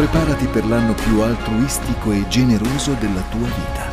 Preparati per l'anno più altruistico e generoso della tua vita.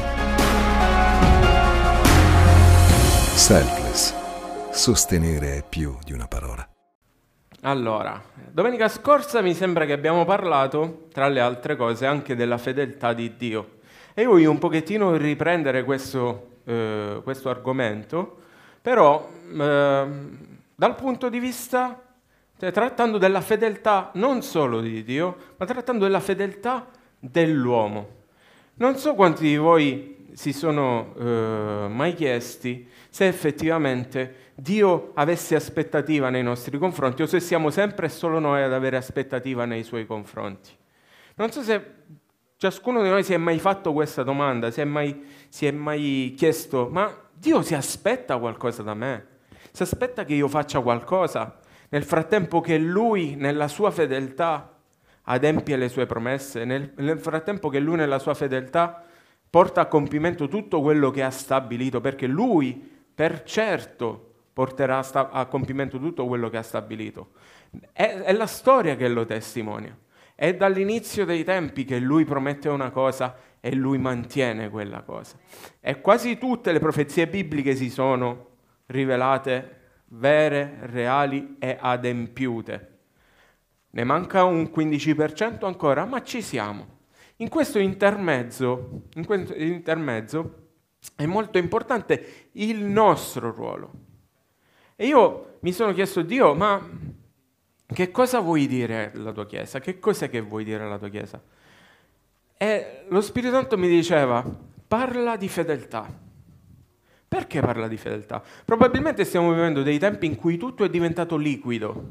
Selfless. Sostenere è più di una parola. Allora, domenica scorsa mi sembra che abbiamo parlato, tra le altre cose, anche della fedeltà di Dio. E io voglio un pochettino riprendere questo argomento, però dal punto di vista, trattando della fedeltà non solo di Dio, ma trattando della fedeltà dell'uomo. Non so quanti di voi si sono mai chiesti se effettivamente Dio avesse aspettativa nei nostri confronti o se siamo sempre e solo noi ad avere aspettativa nei suoi confronti. Non so se ciascuno di noi si è mai fatto questa domanda, si è mai chiesto: ma Dio si aspetta qualcosa da me? Si aspetta che io faccia qualcosa nel frattempo che Lui, nella sua fedeltà, adempie le sue promesse, nel frattempo che Lui, nella sua fedeltà, porta a compimento tutto quello che ha stabilito, perché Lui, per certo, porterà a compimento tutto quello che ha stabilito. È la storia che lo testimonia. È dall'inizio dei tempi che Lui promette una cosa e Lui mantiene quella cosa. E quasi tutte le profezie bibliche si sono rivelate vere, reali e adempiute. Ne manca un 15% ancora, ma ci siamo. In questo intermezzo è molto importante il nostro ruolo. E io mi sono chiesto: Dio, ma che cosa vuoi dire alla tua Chiesa? Che cos'è che vuoi dire alla tua Chiesa? E lo Spirito Santo mi diceva: parla di fedeltà. Perché parla di fedeltà? Probabilmente stiamo vivendo dei tempi in cui tutto è diventato liquido.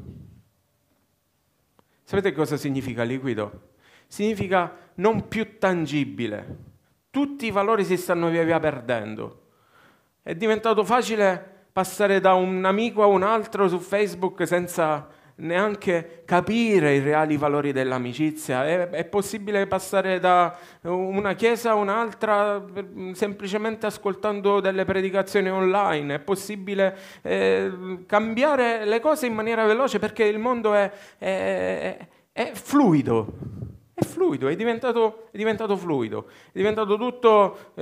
Sapete cosa significa liquido? Significa non più tangibile. Tutti i valori si stanno via via perdendo. È diventato facile passare da un amico a un altro su Facebook senza neanche capire i reali valori dell'amicizia. È possibile passare da una chiesa a un'altra semplicemente ascoltando delle predicazioni online. È possibile cambiare le cose in maniera veloce perché il mondo è fluido. È fluido, è diventato fluido, è diventato tutto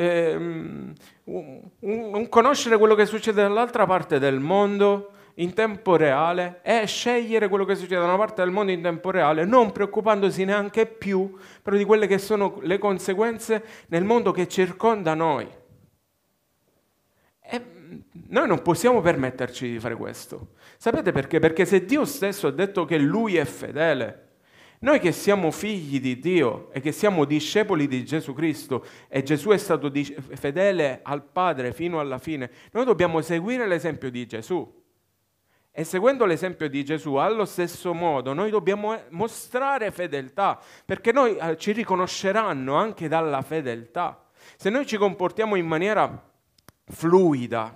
un conoscere quello che succede dall'altra parte del mondo in tempo reale e scegliere quello che succede da una parte del mondo in tempo reale, non preoccupandosi neanche più però di quelle che sono le conseguenze nel mondo che circonda noi. E noi non possiamo permetterci di fare questo. Sapete perché? Perché se Dio stesso ha detto che Lui è fedele, noi che siamo figli di Dio e che siamo discepoli di Gesù Cristo e Gesù è stato fedele al Padre fino alla fine, noi dobbiamo seguire l'esempio di Gesù. E seguendo l'esempio di Gesù, allo stesso modo, noi dobbiamo mostrare fedeltà, perché noi ci riconosceranno anche dalla fedeltà. Se noi ci comportiamo in maniera fluida,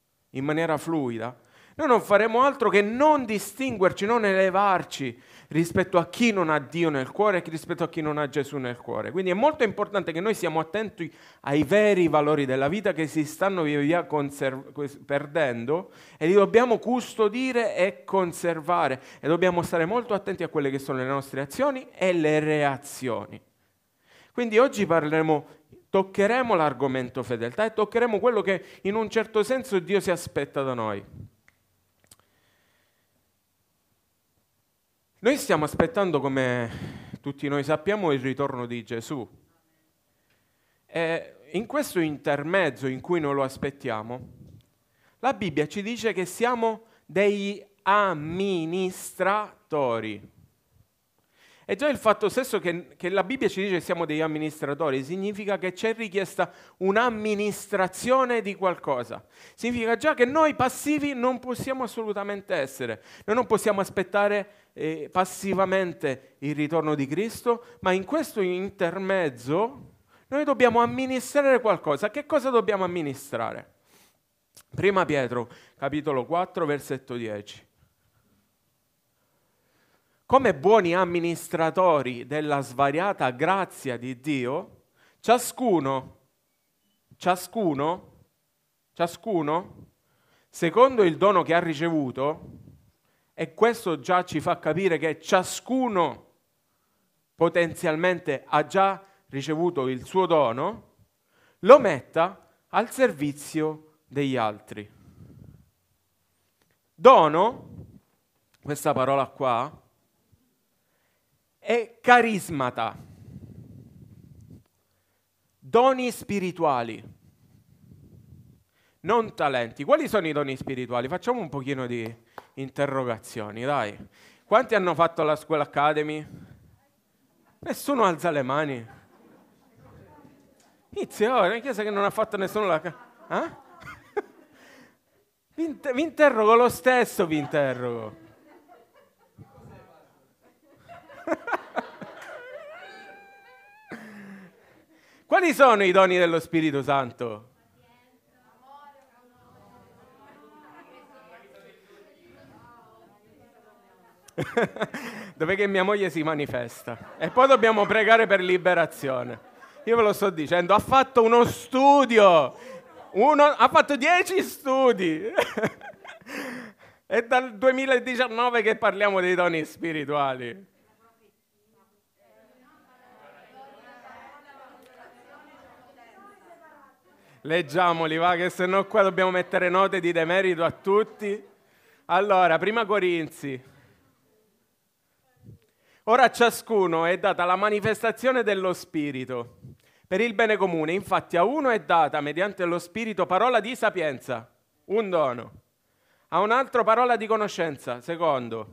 noi non faremo altro che non distinguerci, non elevarci rispetto a chi non ha Dio nel cuore e rispetto a chi non ha Gesù nel cuore. Quindi è molto importante che noi siamo attenti ai veri valori della vita che si stanno via via perdendo e li dobbiamo custodire e conservare e dobbiamo stare molto attenti a quelle che sono le nostre azioni e le reazioni. Quindi oggi toccheremo l'argomento fedeltà e toccheremo quello che in un certo senso Dio si aspetta da noi. Noi stiamo aspettando, come tutti noi sappiamo, il ritorno di Gesù. E in questo intermezzo in cui noi lo aspettiamo, la Bibbia ci dice che siamo degli amministratori. E già il fatto stesso che la Bibbia ci dice che siamo degli amministratori significa che c'è richiesta un'amministrazione di qualcosa. Significa già che noi passivi non possiamo assolutamente essere. Noi non possiamo aspettare passivamente il ritorno di Cristo, ma in questo intermezzo noi dobbiamo amministrare qualcosa. Che cosa dobbiamo amministrare? Prima Pietro, capitolo 4, versetto 10. Come buoni amministratori della svariata grazia di Dio, ciascuno, secondo il dono che ha ricevuto, e questo già ci fa capire che ciascuno potenzialmente ha già ricevuto il suo dono, lo metta al servizio degli altri. Dono, questa parola qua, è carismata, doni spirituali, non talenti. Quali sono i doni spirituali? Facciamo un pochino di interrogazioni, dai. Quanti hanno fatto la School Academy? Nessuno alza le mani. Inizia ora, in chiesa che non ha fatto nessuno la... Vi interrogo lo stesso, vi interrogo. Quali sono i doni dello Spirito Santo? Dov'è che mia moglie si manifesta? E poi dobbiamo pregare per liberazione. Io ve lo sto dicendo, ha fatto uno studio, ha fatto 10 studi. È dal 2019 che parliamo dei doni spirituali. Leggiamoli, va, che se no qua dobbiamo mettere note di demerito a tutti. Allora, Prima Corinzi. Ora a ciascuno è data la manifestazione dello Spirito per il bene comune. Infatti a uno è data mediante lo Spirito parola di sapienza, un dono. A un altro parola di conoscenza, secondo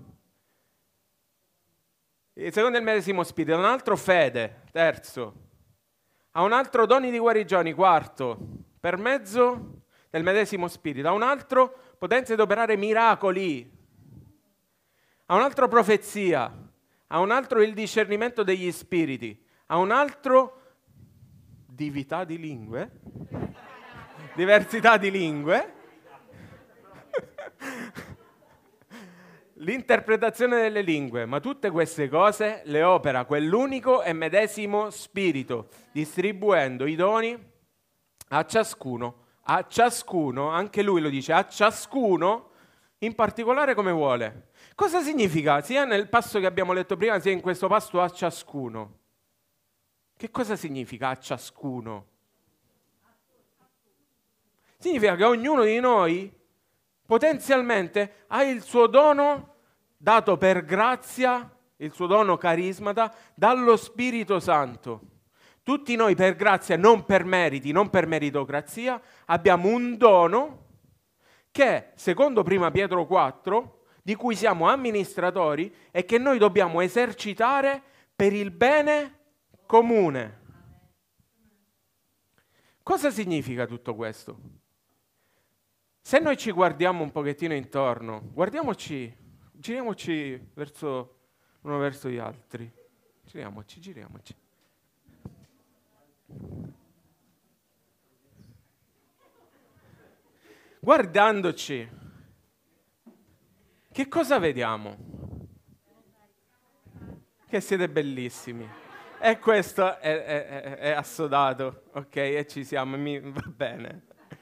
il medesimo Spirito. A un altro fede, terzo. A un altro doni di guarigioni, quarto, per mezzo del medesimo Spirito. A un altro potenza di operare miracoli. A un altro profezia. A un altro il discernimento degli spiriti. A un altro diversità di lingue. Diversità di lingue. L'interpretazione delle lingue, ma tutte queste cose le opera quell'unico e medesimo Spirito, distribuendo i doni a ciascuno, anche lui lo dice, a ciascuno, in particolare come vuole. Cosa significa? Sia nel passo che abbiamo letto prima, sia in questo passo a ciascuno. Che cosa significa a ciascuno? Significa che ognuno di noi potenzialmente ha il suo dono dato per grazia, il suo dono carismata, dallo Spirito Santo. Tutti noi per grazia, non per meriti, non per meritocrazia, abbiamo un dono che, secondo Prima Pietro 4, di cui siamo amministratori e che noi dobbiamo esercitare per il bene comune. Cosa significa tutto questo? Se noi ci guardiamo un pochettino intorno, giriamoci uno verso gli altri. Giriamoci. Guardandoci, che cosa vediamo? Che siete bellissimi. E questo è assodato, ok? E ci siamo, va bene.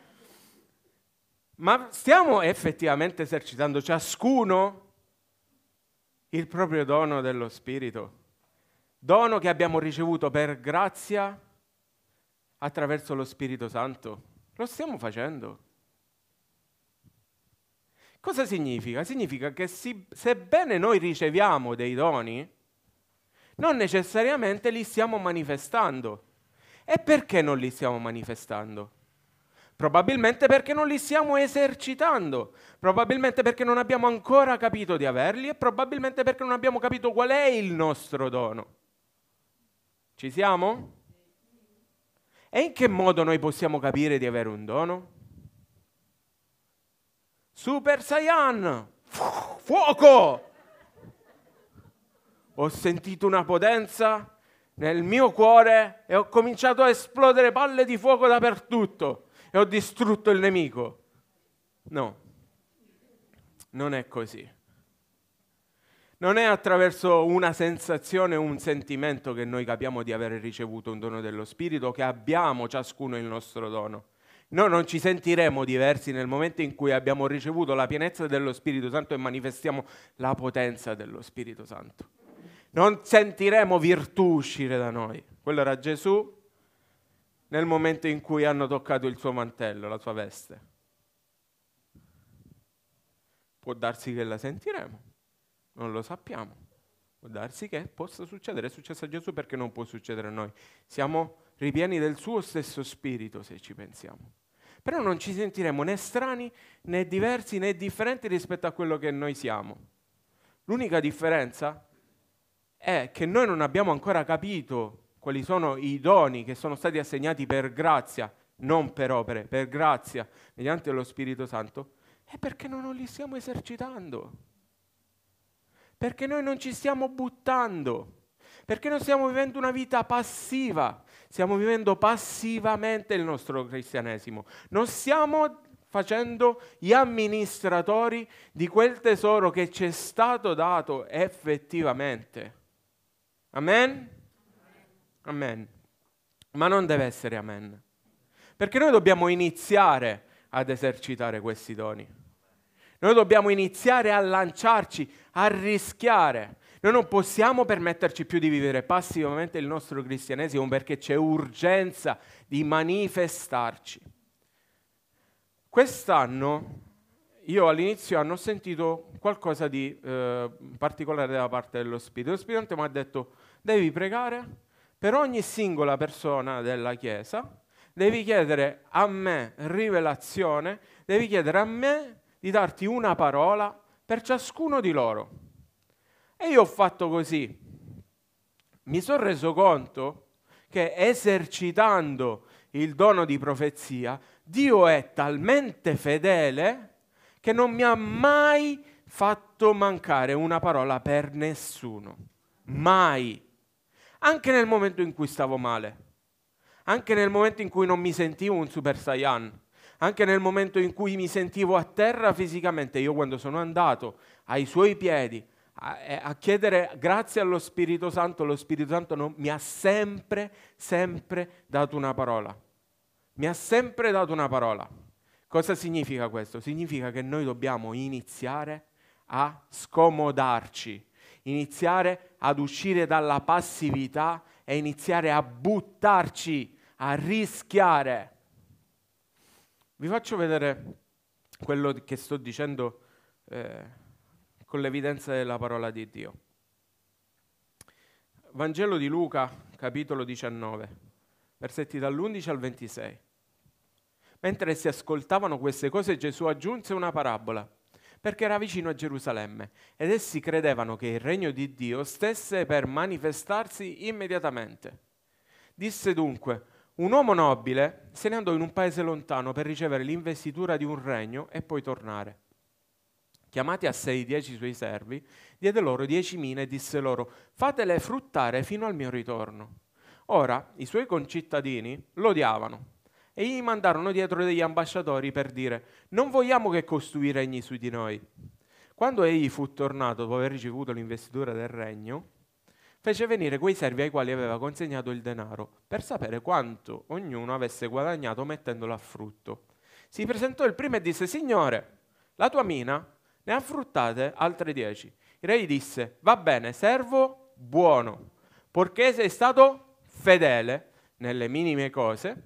Ma stiamo effettivamente esercitando ciascuno il proprio dono dello Spirito? Dono che abbiamo ricevuto per grazia attraverso lo Spirito Santo? Lo stiamo facendo? Cosa significa? Significa che sebbene noi riceviamo dei doni, non necessariamente li stiamo manifestando. E perché non li stiamo manifestando? Probabilmente perché non li stiamo esercitando, probabilmente perché non abbiamo ancora capito di averli e probabilmente perché non abbiamo capito qual è il nostro dono. Ci siamo? E in che modo noi possiamo capire di avere un dono? Super Saiyan! Fuoco! Ho sentito una potenza nel mio cuore e ho cominciato a esplodere palle di fuoco dappertutto. E ho distrutto il nemico. No, non è così. Non è attraverso una sensazione o un sentimento che noi capiamo di aver ricevuto un dono dello Spirito, che abbiamo ciascuno il nostro dono. Noi non ci sentiremo diversi nel momento in cui abbiamo ricevuto la pienezza dello Spirito Santo e manifestiamo la potenza dello Spirito Santo. Non sentiremo virtù uscire da noi. Quello era Gesù nel momento in cui hanno toccato il suo mantello, la sua veste. Può darsi che la sentiremo, non lo sappiamo. Può darsi che possa succedere. È successo a Gesù, perché non può succedere a noi. Siamo ripieni del suo stesso spirito, se ci pensiamo. Però non ci sentiremo né strani, né diversi, né differenti rispetto a quello che noi siamo. L'unica differenza è che noi non abbiamo ancora capito quali sono i doni che sono stati assegnati per grazia, non per opere, per grazia, mediante lo Spirito Santo, è perché noi non li stiamo esercitando. Perché noi non ci stiamo buttando. Perché non stiamo vivendo una vita passiva. Stiamo vivendo passivamente il nostro cristianesimo. Non stiamo facendo gli amministratori di quel tesoro che ci è stato dato effettivamente. Amen? Amen. Ma non deve essere amen. Perché noi dobbiamo iniziare ad esercitare questi doni. Noi dobbiamo iniziare a lanciarci, a rischiare. Noi non possiamo permetterci più di vivere passivamente il nostro cristianesimo, perché c'è urgenza di manifestarci. Quest'anno io all'inizio ho sentito qualcosa di particolare da parte dello Spirito. Lo Spirito Santo mi ha detto: devi pregare per ogni singola persona della Chiesa, devi chiedere a me rivelazione, devi chiedere a me di darti una parola per ciascuno di loro. E io ho fatto così. Mi sono reso conto che esercitando il dono di profezia, Dio è talmente fedele che non mi ha mai fatto mancare una parola per nessuno. Mai. Anche nel momento in cui stavo male. Anche nel momento in cui non mi sentivo un super saiyan. Anche nel momento in cui mi sentivo a terra fisicamente. Io, quando sono andato ai suoi piedi a chiedere grazie allo Spirito Santo, lo Spirito Santo mi ha sempre dato una parola. Mi ha sempre dato una parola. Cosa significa questo? Significa che noi dobbiamo iniziare a scomodarci, iniziare ad uscire dalla passività e iniziare a buttarci, a rischiare. Vi faccio vedere quello che sto dicendo con l'evidenza della parola di Dio. Vangelo di Luca, capitolo 19, versetti dall'11 al 26. Mentre si ascoltavano queste cose, Gesù aggiunse una parabola, perché era vicino a Gerusalemme, ed essi credevano che il regno di Dio stesse per manifestarsi immediatamente. Disse dunque: un uomo nobile se ne andò in un paese lontano per ricevere l'investitura di un regno e poi tornare. Chiamati a sé i 10 suoi servi, diede loro 10 mina e disse loro: fatele fruttare fino al mio ritorno. Ora i suoi concittadini lo odiavano e gli mandarono dietro degli ambasciatori per dire: non vogliamo che costui regni su di noi. Quando egli fu tornato dopo aver ricevuto l'investitura del regno, fece venire quei servi ai quali aveva consegnato il denaro, per sapere quanto ognuno avesse guadagnato mettendolo a frutto. Si presentò il primo e disse: Signore, la tua mina ne ha fruttate altre 10. Il re gli disse: va bene, servo buono, poiché sei stato fedele nelle minime cose,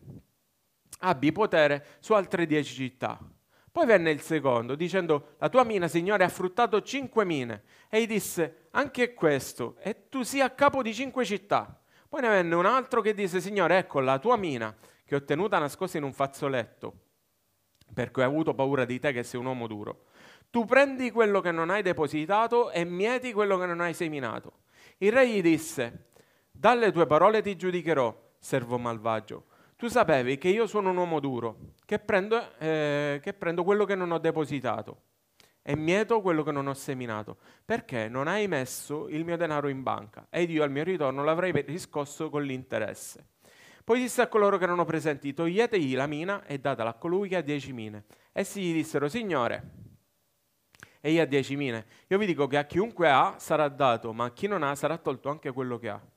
abbi potere su altre 10 città. Poi venne il secondo, dicendo: la tua mina, Signore, ha fruttato 5 mine. E gli disse: anche questo, e tu sia a capo di 5 città. Poi ne venne un altro che disse: Signore, ecco la tua mina, che ho tenuta nascosta in un fazzoletto, perché ho avuto paura di te, che sei un uomo duro. Tu prendi quello che non hai depositato e mieti quello che non hai seminato. Il re gli disse: dalle tue parole ti giudicherò, servo malvagio. Tu sapevi che io sono un uomo duro, che prendo quello che non ho depositato e mieto quello che non ho seminato, perché non hai messo il mio denaro in banca, ed io al mio ritorno l'avrei riscosso con l'interesse. Poi disse a coloro che erano presenti: toglietegli la mina e datela a colui che ha 10 mine. Essi gli dissero: Signore, egli ha 10 mine. Io vi dico che a chiunque ha sarà dato, ma a chi non ha sarà tolto anche quello che ha.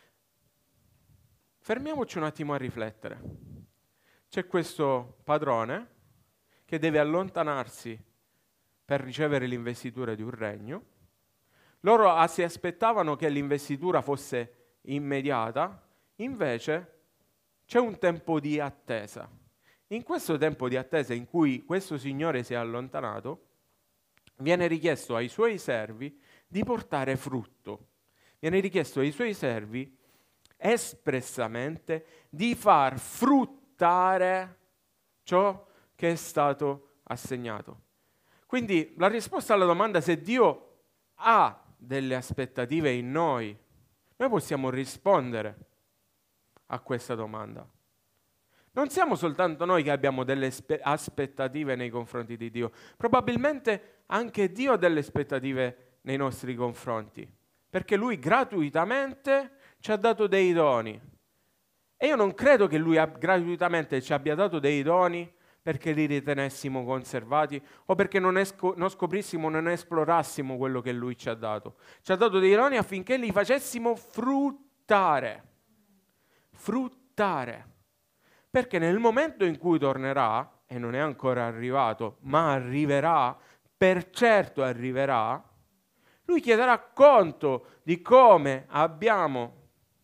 Fermiamoci un attimo a riflettere. C'è questo padrone che deve allontanarsi per ricevere l'investitura di un regno. Loro si aspettavano che l'investitura fosse immediata, invece c'è un tempo di attesa. In questo tempo di attesa in cui questo signore si è allontanato, viene richiesto ai suoi servi di portare frutto. Viene richiesto ai suoi servi espressamente di far fruttare ciò che è stato assegnato. Quindi la risposta alla domanda se Dio ha delle aspettative in noi possiamo rispondere a questa domanda. Non siamo soltanto noi che abbiamo delle aspettative nei confronti di Dio, probabilmente anche Dio ha delle aspettative nei nostri confronti, perché Lui gratuitamente ci ha dato dei doni. E io non credo che Lui gratuitamente ci abbia dato dei doni perché li ritenessimo conservati o perché non scoprissimo, non esplorassimo quello che Lui ci ha dato. Ci ha dato dei doni affinché li facessimo fruttare. Fruttare. Perché nel momento in cui tornerà, e non è ancora arrivato, ma arriverà, per certo arriverà, Lui chiederà conto di come abbiamo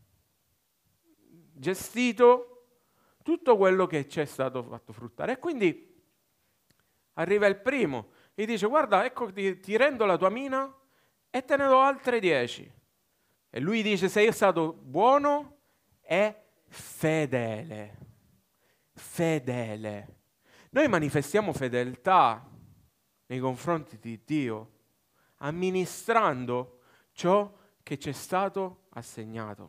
gestito tutto quello che ci è stato fatto fruttare. E quindi arriva il primo, gli dice: guarda, ecco, ti rendo la tua mina e te ne do altre 10. E lui dice: sei stato buono e fedele. Fedele. Noi manifestiamo fedeltà nei confronti di Dio, amministrando ciò che ci è stato assegnato.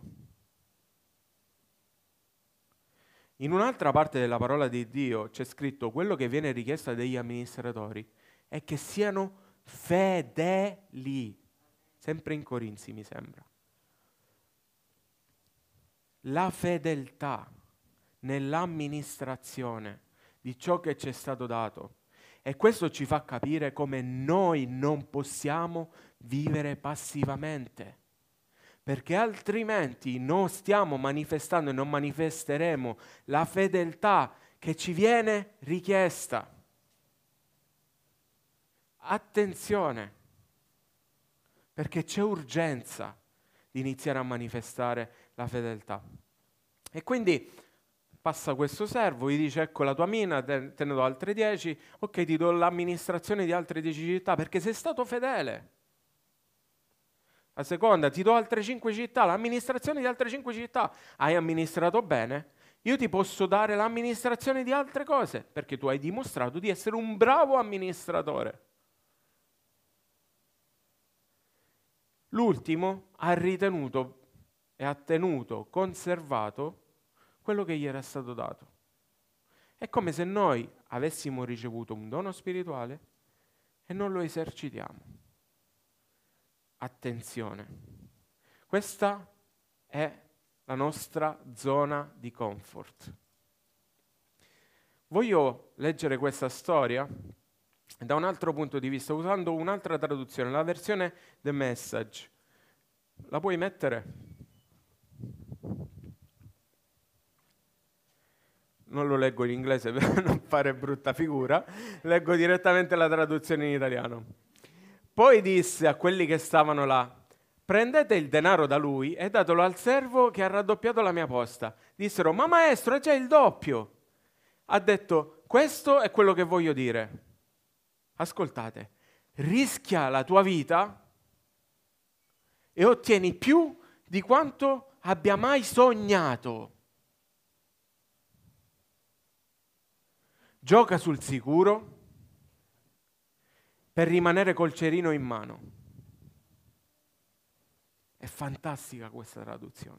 In un'altra parte della parola di Dio c'è scritto: quello che viene richiesto dagli amministratori è che siano fedeli. Sempre in Corinzi, mi sembra. La fedeltà nell'amministrazione di ciò che ci è stato dato. E questo ci fa capire come noi non possiamo vivere passivamente, perché altrimenti non stiamo manifestando e non manifesteremo la fedeltà che ci viene richiesta. Attenzione, perché c'è urgenza di iniziare a manifestare la fedeltà. E quindi passa questo servo, gli dice: ecco la tua mina, te ne do altre 10, ok, ti do l'amministrazione di altre 10 città perché sei stato fedele. La seconda, ti do altre 5 città, l'amministrazione di altre 5 città. Hai amministrato bene? Io ti posso dare l'amministrazione di altre cose perché tu hai dimostrato di essere un bravo amministratore. L'ultimo ha ritenuto e ha tenuto conservato quello che gli era stato dato. È come se noi avessimo ricevuto un dono spirituale e non lo esercitiamo. Attenzione, questa è la nostra zona di comfort. Voglio leggere questa storia da un altro punto di vista, usando un'altra traduzione, la versione The Message. La puoi mettere? Non lo leggo in inglese per non fare brutta figura, leggo direttamente la traduzione in italiano. Poi disse a quelli che stavano là: prendete il denaro da lui e datelo al servo che ha raddoppiato la mia posta. Dissero: ma maestro, è già il doppio. Ha detto: questo è quello che voglio dire. Ascoltate, rischia la tua vita e ottieni più di quanto abbia mai sognato. Gioca sul sicuro per rimanere col cerino in mano. È fantastica questa traduzione.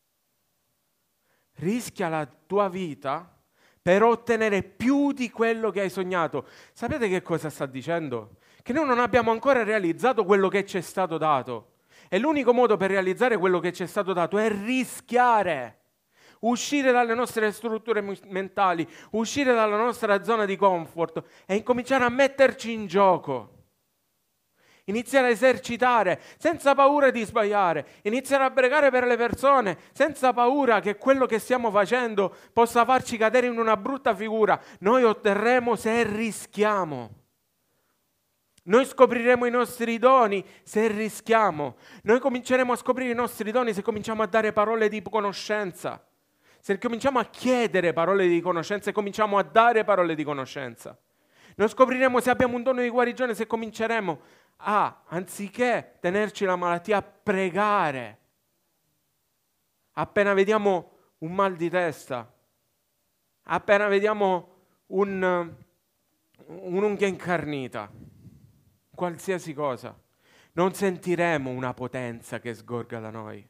Rischia la tua vita per ottenere più di quello che hai sognato. Sapete che cosa sta dicendo? Che noi non abbiamo ancora realizzato quello che ci è stato dato. E l'unico modo per realizzare quello che ci è stato dato è rischiare. Uscire dalle nostre strutture mentali, uscire dalla nostra zona di comfort e incominciare a metterci in gioco. Iniziare a esercitare senza paura di sbagliare, iniziare a pregare per le persone senza paura che quello che stiamo facendo possa farci cadere in una brutta figura. Noi otterremo se rischiamo. Noi scopriremo i nostri doni se rischiamo. Noi cominceremo a scoprire i nostri doni se cominciamo a dare parole di conoscenza. Se cominciamo a chiedere parole di conoscenza e cominciamo a dare parole di conoscenza. Noi scopriremo se abbiamo un dono di guarigione se cominceremo a, anziché tenerci la malattia, a pregare. Appena vediamo un mal di testa, appena vediamo un'unghia incarnita, qualsiasi cosa, non sentiremo una potenza che sgorga da noi.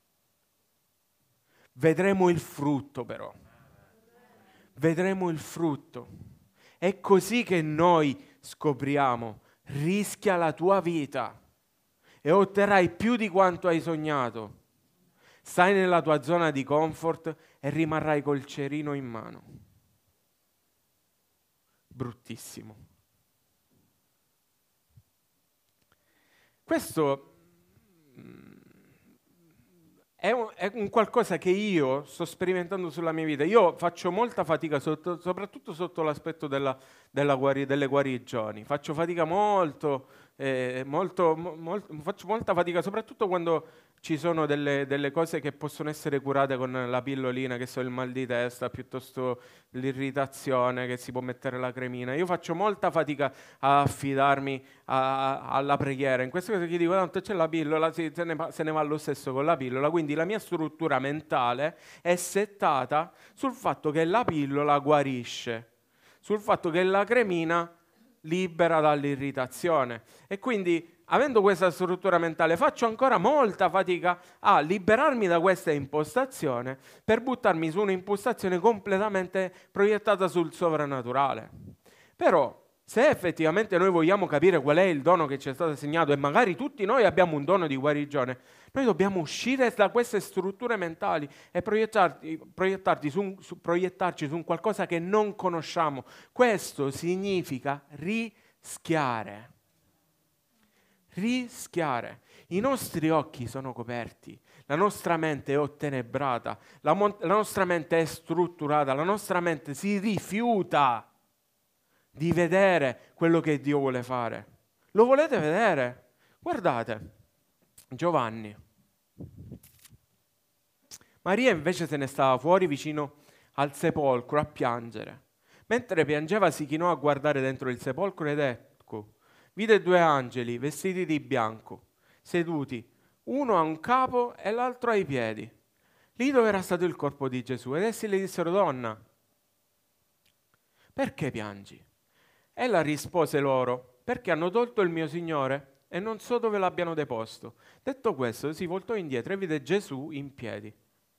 Vedremo il frutto però. Vedremo il frutto. È così che noi scopriamo, rischia la tua vita e otterrai più di quanto hai sognato. Stai nella tua zona di comfort e rimarrai col cerino in mano. Bruttissimo. Questo è un qualcosa che io sto sperimentando sulla mia vita. Io faccio molta fatica, soprattutto sotto l'aspetto delle guarigioni. Faccio fatica faccio molta fatica, soprattutto quando ci sono delle cose che possono essere curate con la pillolina, che so il mal di testa, piuttosto l'irritazione, che si può mettere la cremina. Io faccio molta fatica a affidarmi alla preghiera. In questo caso gli dico, tanto c'è la pillola, se ne va lo stesso con la pillola. Quindi la mia struttura mentale è settata sul fatto che la pillola guarisce, sul fatto che la cremina libera dall'irritazione. E quindi, avendo questa struttura mentale, faccio ancora molta fatica a liberarmi da questa impostazione per buttarmi su un'impostazione completamente proiettata sul sovrannaturale. Però, se effettivamente noi vogliamo capire qual è il dono che ci è stato assegnato, e magari tutti noi abbiamo un dono di guarigione, noi dobbiamo uscire da queste strutture mentali e proiettarci su un qualcosa che non conosciamo. Questo significa rischiare. Rischiare. I nostri occhi sono coperti, la nostra mente è ottenebrata, la nostra mente è strutturata, la nostra mente si rifiuta di vedere quello che Dio vuole fare. Lo volete vedere? Guardate, Giovanni. Maria invece se ne stava fuori vicino al sepolcro a piangere. Mentre piangeva si chinò a guardare dentro il sepolcro ed ecco, vide due angeli vestiti di bianco, seduti, uno a un capo e l'altro ai piedi, lì dove era stato il corpo di Gesù. Ed essi le dissero: donna, perché piangi? Ella rispose loro: perché hanno tolto il mio Signore e non so dove l'abbiano deposto. Detto questo si voltò indietro e vide Gesù in piedi.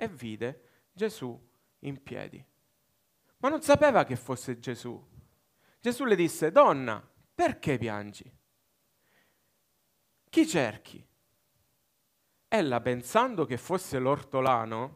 Ma non sapeva che fosse Gesù. Gesù le disse: donna, perché piangi? Chi cerchi? Ella, pensando che fosse l'ortolano,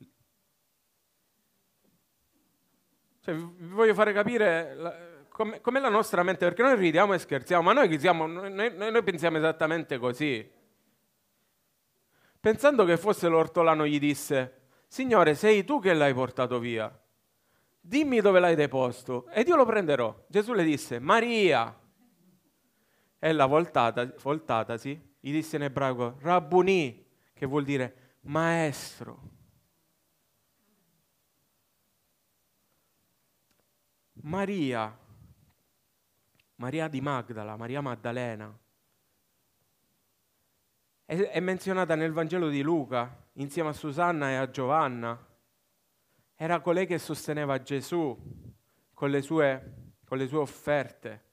cioè, vi voglio fare capire com'è la nostra mente, perché noi ridiamo e scherziamo, ma noi pensiamo esattamente così. Pensando che fosse l'ortolano gli disse: Signore, sei tu che l'hai portato via, dimmi dove l'hai deposto ed io lo prenderò. Gesù le disse: Maria. Ella voltatasi gli disse in ebraico Rabbuni, che vuol dire maestro. Maria di Magdala, Maria Maddalena, è menzionata nel Vangelo di Luca insieme a Susanna e a Giovanna. Era colei che sosteneva Gesù con le sue offerte,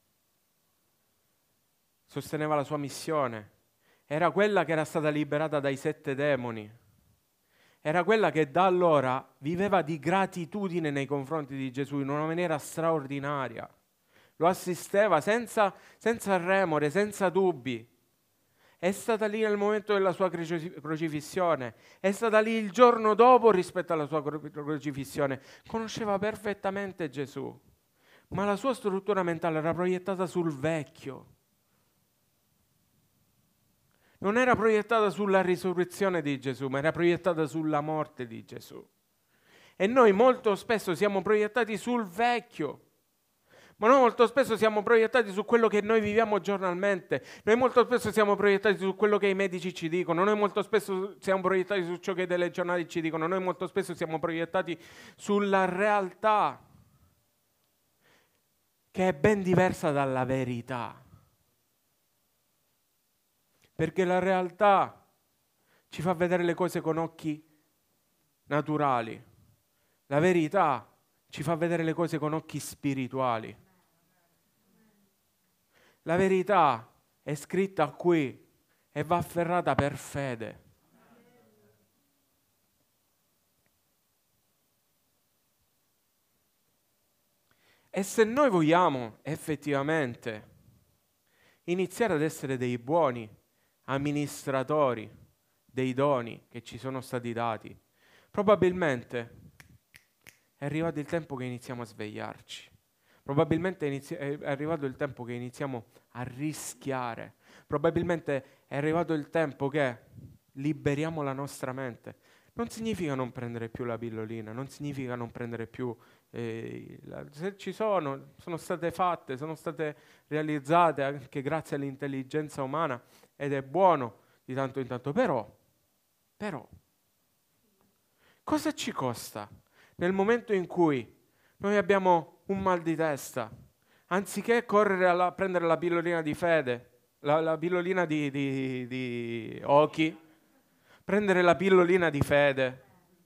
sosteneva la sua missione, era quella che era stata liberata dai 7 demoni, era quella che da allora viveva di gratitudine nei confronti di Gesù in una maniera straordinaria. Lo assisteva senza remore, senza dubbi. È stata lì nel momento della sua crocifissione, è stata lì il giorno dopo rispetto alla sua crocifissione. Conosceva perfettamente Gesù, ma la sua struttura mentale era proiettata sul vecchio. Non era proiettata sulla risurrezione di Gesù, ma era proiettata sulla morte di Gesù. E noi molto spesso siamo proiettati sul vecchio. Ma noi molto spesso siamo proiettati su quello che noi viviamo giornalmente, noi molto spesso siamo proiettati su quello che i medici ci dicono, noi molto spesso siamo proiettati su ciò che i telegiornali ci dicono, noi molto spesso siamo proiettati sulla realtà, che è ben diversa dalla verità. Perché la realtà ci fa vedere le cose con occhi naturali, la verità ci fa vedere le cose con occhi spirituali. La verità è scritta qui e va afferrata per fede. E se noi vogliamo effettivamente iniziare ad essere dei buoni amministratori dei doni che ci sono stati dati, probabilmente è arrivato il tempo che iniziamo a svegliarci. Probabilmente è arrivato il tempo che iniziamo a rischiare. Probabilmente è arrivato il tempo che liberiamo la nostra mente. Non significa non prendere più la pillolina, non significa non prendere più... se ci sono state fatte, sono state realizzate anche grazie all'intelligenza umana ed è buono di tanto in tanto, però, cosa ci costa nel momento in cui noi abbiamo un mal di testa, anziché correre a prendere la pillolina di fede, la pillolina di Oki, prendere la pillolina di fede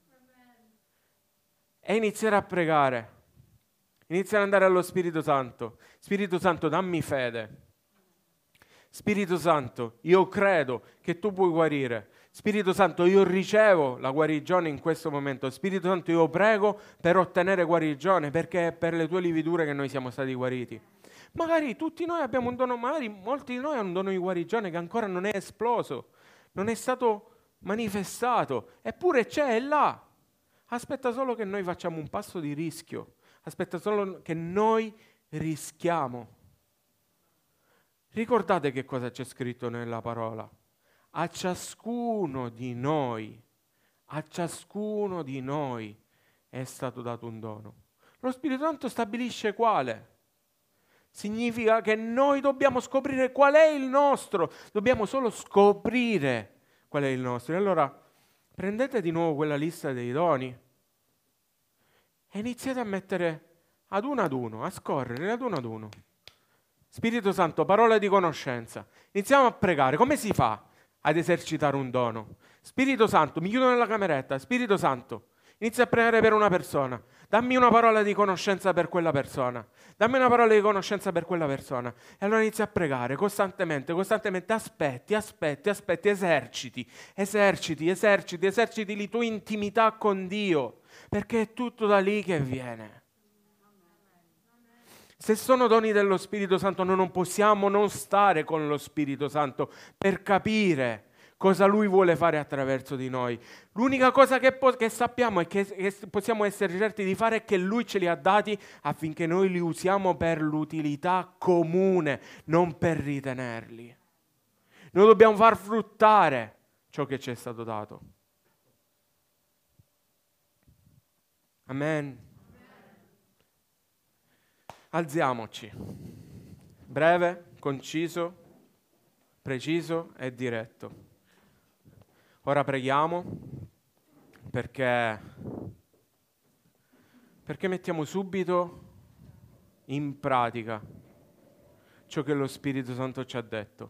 e iniziare a pregare, iniziare ad andare allo Spirito Santo. Spirito Santo, dammi fede. Spirito Santo, io credo che tu puoi guarire. Spirito Santo, io ricevo la guarigione in questo momento. Spirito Santo, io prego per ottenere guarigione, perché è per le tue lividure che noi siamo stati guariti. Magari tutti noi abbiamo un dono, magari molti di noi hanno un dono di guarigione che ancora non è esploso, non è stato manifestato, eppure c'è, è là. Aspetta solo che noi facciamo un passo di rischio, aspetta solo che noi rischiamo. Ricordate che cosa c'è scritto nella parola? A ciascuno di noi è stato dato un dono. Lo Spirito Santo stabilisce quale. Significa che noi dobbiamo scoprire qual è il nostro, dobbiamo solo scoprire qual è il nostro. E allora prendete di nuovo quella lista dei doni e iniziate a mettere ad uno, a scorrere ad uno. Spirito Santo, parola di conoscenza. Iniziamo a pregare. Come si fa ad esercitare un dono? Spirito Santo, mi chiudo nella cameretta. Spirito Santo, inizia a pregare per una persona. Dammi una parola di conoscenza per quella persona. Dammi una parola di conoscenza per quella persona. E allora inizia a pregare costantemente. Aspetti, eserciti la tua intimità con Dio. Perché è tutto da lì che viene. Se sono doni dello Spirito Santo, noi non possiamo non stare con lo Spirito Santo per capire cosa Lui vuole fare attraverso di noi. L'unica cosa che sappiamo e che possiamo essere certi di fare è che Lui ce li ha dati affinché noi li usiamo per l'utilità comune, non per ritenerli. Noi dobbiamo far fruttare ciò che ci è stato dato. Amen. Alziamoci, breve, conciso, preciso e diretto. Ora preghiamo perché mettiamo subito in pratica ciò che lo Spirito Santo ci ha detto.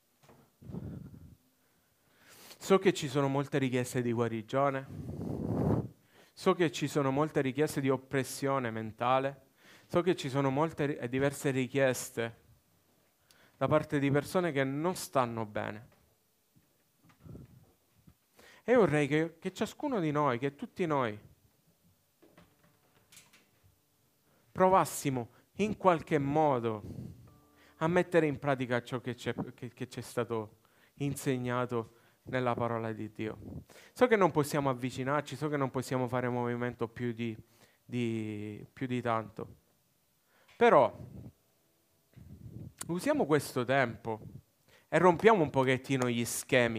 So che ci sono molte richieste di guarigione, so che ci sono molte richieste di oppressione mentale. So che ci sono molte e diverse richieste da parte di persone che non stanno bene. E vorrei che ciascuno di noi, che tutti noi, provassimo in qualche modo a mettere in pratica ciò che ci è stato insegnato nella parola di Dio. So che non possiamo avvicinarci, so che non possiamo fare movimento più di tanto. Però usiamo questo tempo e rompiamo un pochettino gli schemi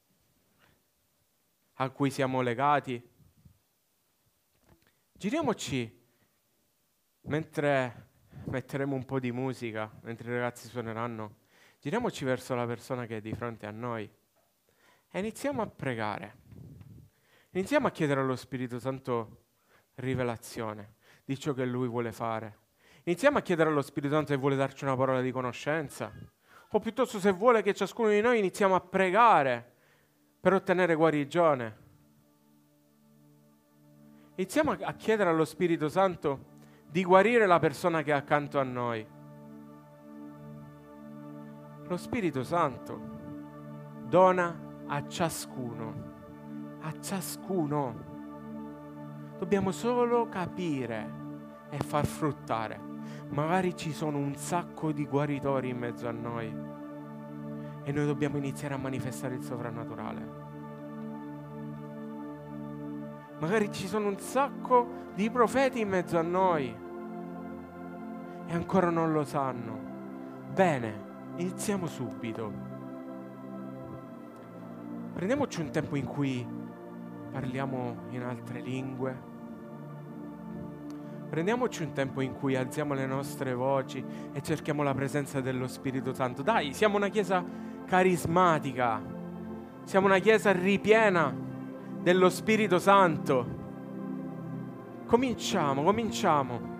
a cui siamo legati. Giriamoci mentre metteremo un po' di musica mentre i ragazzi suoneranno, giriamoci verso la persona che è di fronte a noi e iniziamo a pregare. Iniziamo a chiedere allo Spirito Santo rivelazione di ciò che Lui vuole fare. Iniziamo a chiedere allo Spirito Santo se vuole darci una parola di conoscenza, o piuttosto se vuole che ciascuno di noi iniziamo a pregare per ottenere guarigione. Iniziamo a chiedere allo Spirito Santo di guarire la persona che è accanto a noi. Lo Spirito Santo dona a ciascuno. A ciascuno. Dobbiamo solo capire e far fruttare. Magari ci sono un sacco di guaritori in mezzo a noi e noi dobbiamo iniziare a manifestare il sovrannaturale. Magari ci sono un sacco di profeti in mezzo a noi e ancora non lo sanno. Bene, iniziamo subito. Prendiamoci un tempo in cui parliamo in altre lingue. Prendiamoci un tempo in cui alziamo le nostre voci e cerchiamo la presenza dello Spirito Santo. Dai, siamo una chiesa carismatica. Siamo una chiesa ripiena dello Spirito Santo. Cominciamo.